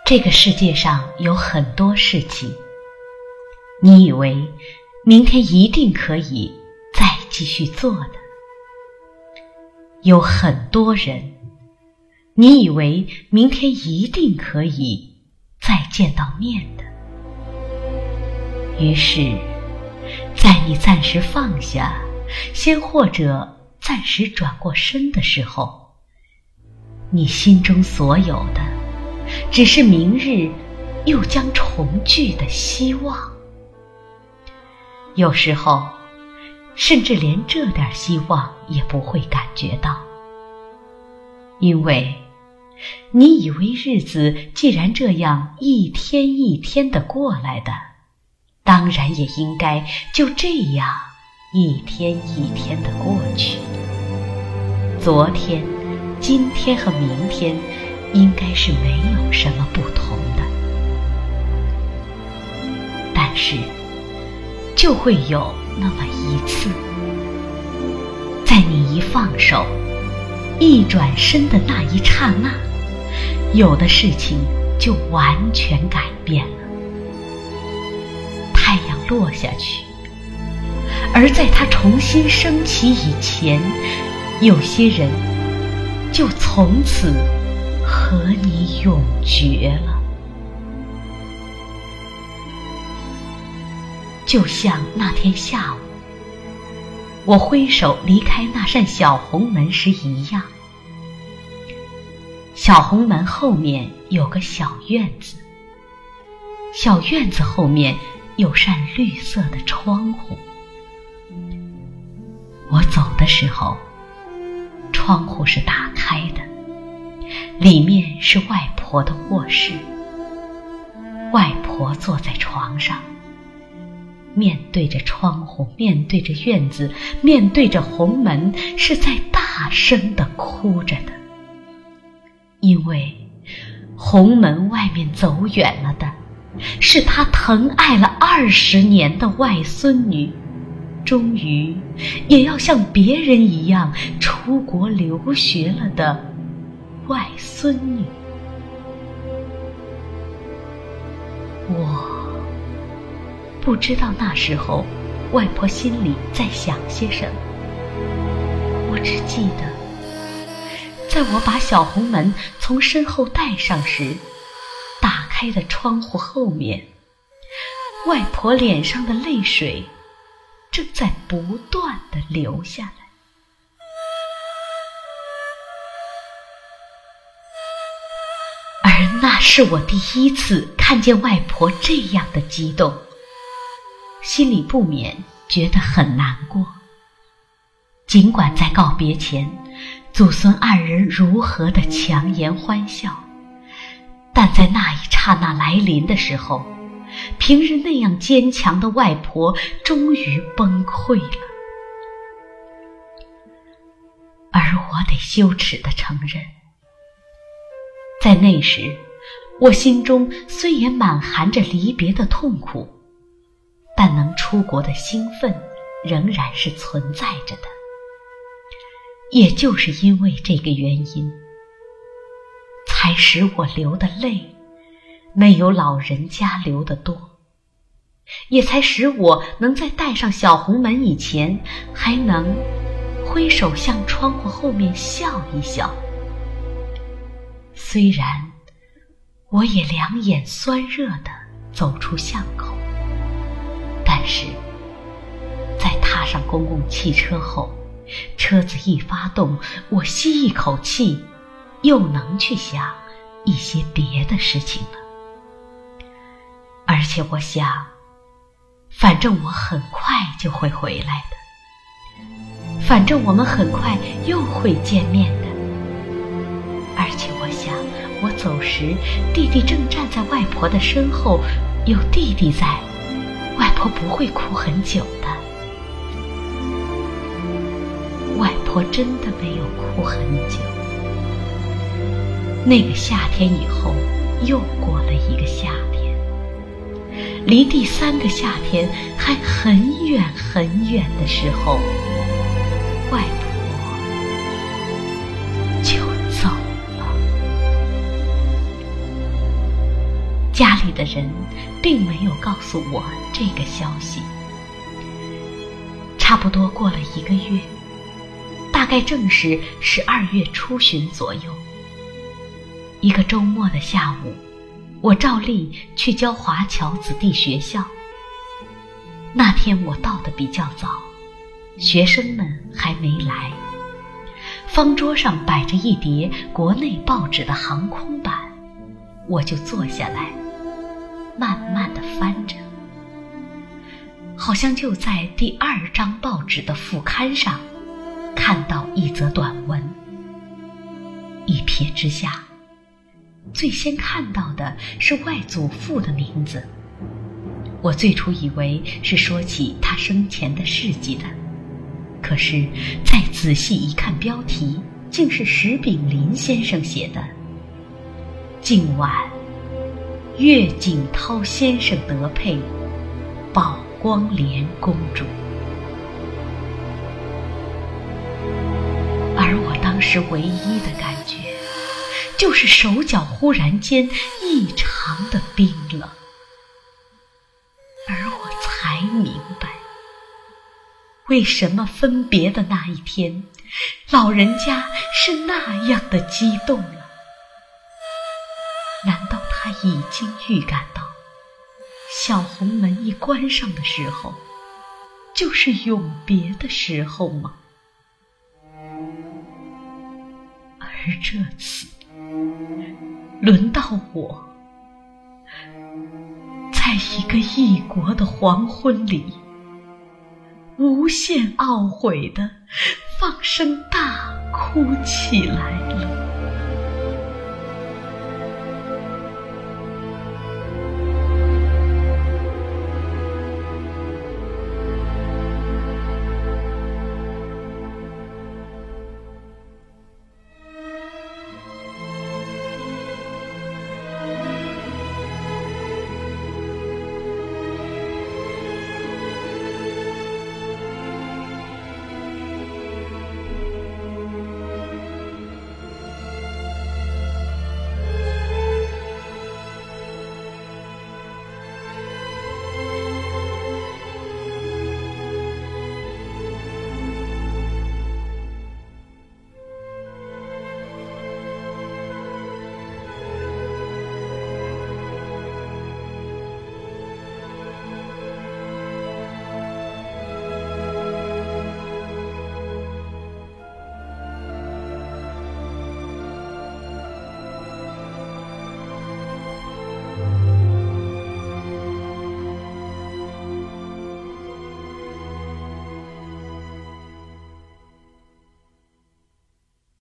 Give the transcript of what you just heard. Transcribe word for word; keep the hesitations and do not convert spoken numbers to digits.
这个世界上有很多事情，你以为明天一定可以再继续做的；有很多人，你以为明天一定可以再见到面的。于是，在你暂时放下，先或者暂时转过身的时候，你心中所有的只是明日又将重聚的希望。有时候甚至连这点希望也不会感觉到，因为你以为日子既然这样一天一天的过来的，当然也应该就这样一天一天的过去。昨天、今天和明天应该是没有什么不同的，但是就会有那么一次，在你一放手、一转身的那一刹那，有的事情就完全改变了。太阳落下去，而在它重新升起以前，有些人就从此和你永绝了。就像那天下午，我挥手离开那扇小红门时一样。小红门后面有个小院子，小院子后面有扇绿色的窗户。我走的时候，窗户是打开的，里面是外婆的卧室。外婆坐在床上，面对着窗户，面对着院子，面对着红门，是在大声地哭着的。因为红门外面走远了的是她疼爱了二十年的外孙女，终于也要像别人一样出国留学了的外孙女。我不知道那时候外婆心里在想些什么，我只记得在我把小红门从身后带上时，打开的窗户后面，外婆脸上的泪水正在不断地流下来。而那是我第一次看见外婆这样的激动，心里不免觉得很难过。尽管在告别前祖孙二人如何的强颜欢笑，但在那一刹那来临的时候，平日那样坚强的外婆终于崩溃了。而我得羞耻地承认，在那时我心中虽也满含着离别的痛苦，但能出国的兴奋仍然是存在着的。也就是因为这个原因，才使我流的泪没有老人家流得多，也才使我能在带上小红门以前，还能挥手向窗户后面笑一笑。虽然我也两眼酸热地走出巷口，但是在踏上公共汽车后，车子一发动，我吸一口气，又能去想一些别的事情了。而且我想，反正我很快就会回来的，反正我们很快又会见面的。而且我想，我走时弟弟正站在外婆的身后，有弟弟在，外婆不会哭很久的。外婆真的没有哭很久。那个夏天以后，又过了一个夏天，离第三个夏天还很远很远的时候，外婆就走了。 家里的人并没有告诉我这个消息。差不多过了一个月，大概正是十二月初旬左右，一个周末的下午，我照例去教华侨子弟学校。那天我到得比较早，学生们还没来。方桌上摆着一叠国内报纸的航空版，我就坐下来，慢慢地翻着。好像就在第二张报纸的副刊上，看到一则短文。一瞥之下，最先看到的是外祖父的名字。我最初以为是说起他生前的事迹的，可是再仔细一看标题，竟是石炳林先生写的：近晚岳景涛先生得配宝光莲公主。而我当时唯一的感觉，就是手脚忽然间异常的冰冷。而我才明白，为什么分别的那一天，老人家是那样的激动了。难道他已经预感到，小红门一关上的时候，就是永别的时候吗？而这次，轮到我，在一个异国的黄昏里，无限懊悔地放声大哭起来了。